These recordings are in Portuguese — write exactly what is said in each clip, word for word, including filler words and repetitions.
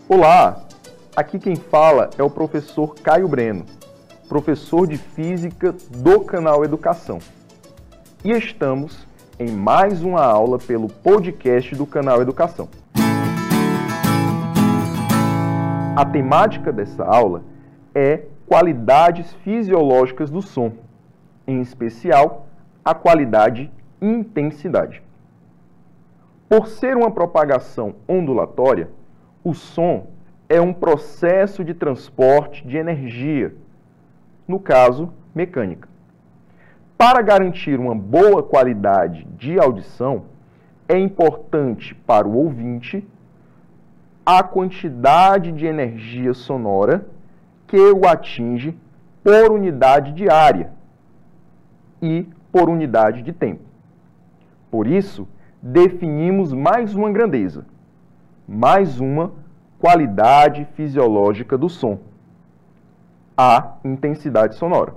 Olá, aqui quem fala é o professor Caio Breno, professor de Física do canal Educação. E estamos em mais uma aula pelo podcast do canal Educação. A temática dessa aula é qualidades fisiológicas do som, em especial a qualidade intensidade. Por ser uma propagação ondulatória, o som é um processo de transporte de energia, no caso, mecânica. Para garantir uma boa qualidade de audição, é importante para o ouvinte a quantidade de energia sonora que o atinge por unidade de área e por unidade de tempo. Por isso, definimos mais uma grandeza, mais uma qualidade fisiológica do som, a intensidade sonora.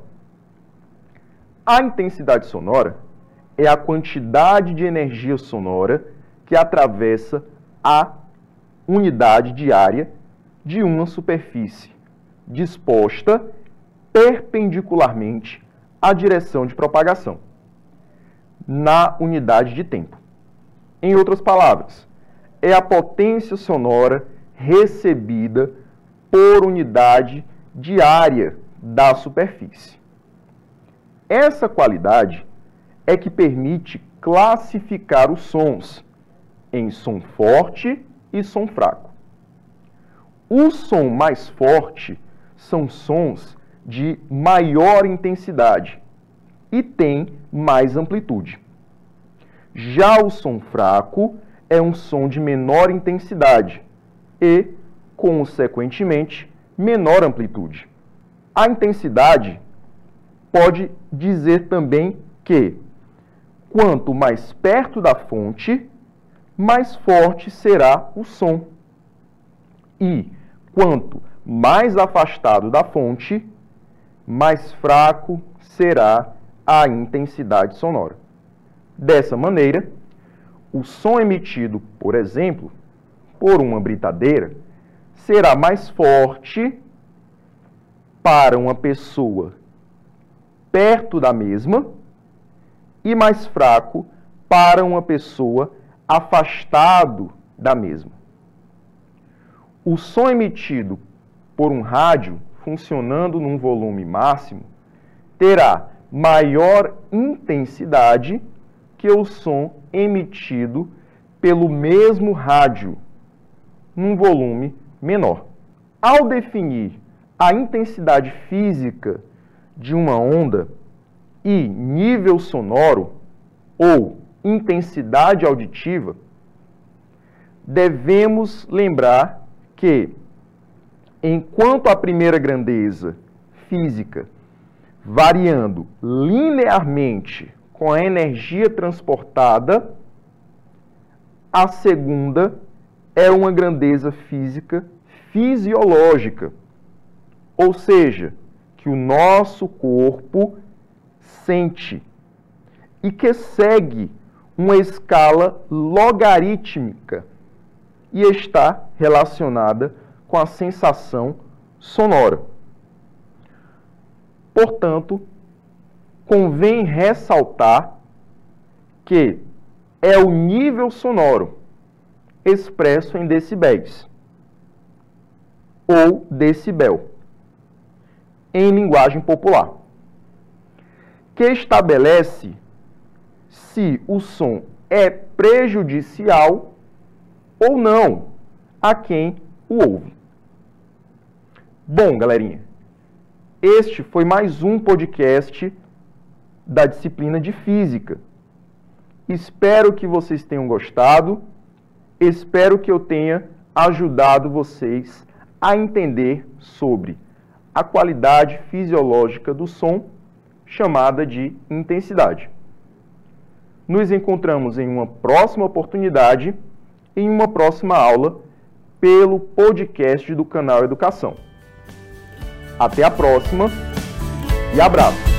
A intensidade sonora é a quantidade de energia sonora que atravessa a unidade de área de uma superfície, disposta perpendicularmente à direção de propagação, na unidade de tempo. Em outras palavras, é a potência sonora recebida por unidade de área da superfície. Essa qualidade é que permite classificar os sons em som forte e som fraco. O som mais forte são sons de maior intensidade e tem mais amplitude. Já o som fraco é um som de menor intensidade e, consequentemente, menor amplitude. A intensidade pode dizer também que, quanto mais perto da fonte, mais forte será o som. E, quanto mais afastado da fonte, mais fraco será a intensidade sonora. Dessa maneira, o som emitido, por exemplo, por uma britadeira, será mais forte para uma pessoa perto da mesma e mais fraco para uma pessoa afastado da mesma. O som emitido por um rádio funcionando num volume máximo terá maior intensidade que o som emitido pelo mesmo rádio num volume menor. Ao definir a intensidade física de uma onda e nível sonoro ou intensidade auditiva, devemos lembrar que, enquanto a primeira grandeza física, variando linearmente com a energia transportada, a segunda é uma grandeza física fisiológica, ou seja, que o nosso corpo sente e que segue uma escala logarítmica e está relacionada com a sensação sonora. Portanto, convém ressaltar que é o nível sonoro expresso em decibéis ou decibel, em linguagem popular, que estabelece se o som é prejudicial ou não a quem o ouve. Bom, galerinha, este foi mais um podcast da disciplina de Física. Espero que vocês tenham gostado, espero que eu tenha ajudado vocês a entender sobre a qualidade fisiológica do som, chamada de intensidade. Nos encontramos em uma próxima oportunidade, em uma próxima aula, pelo podcast do canal Educação. Até a próxima e abraço!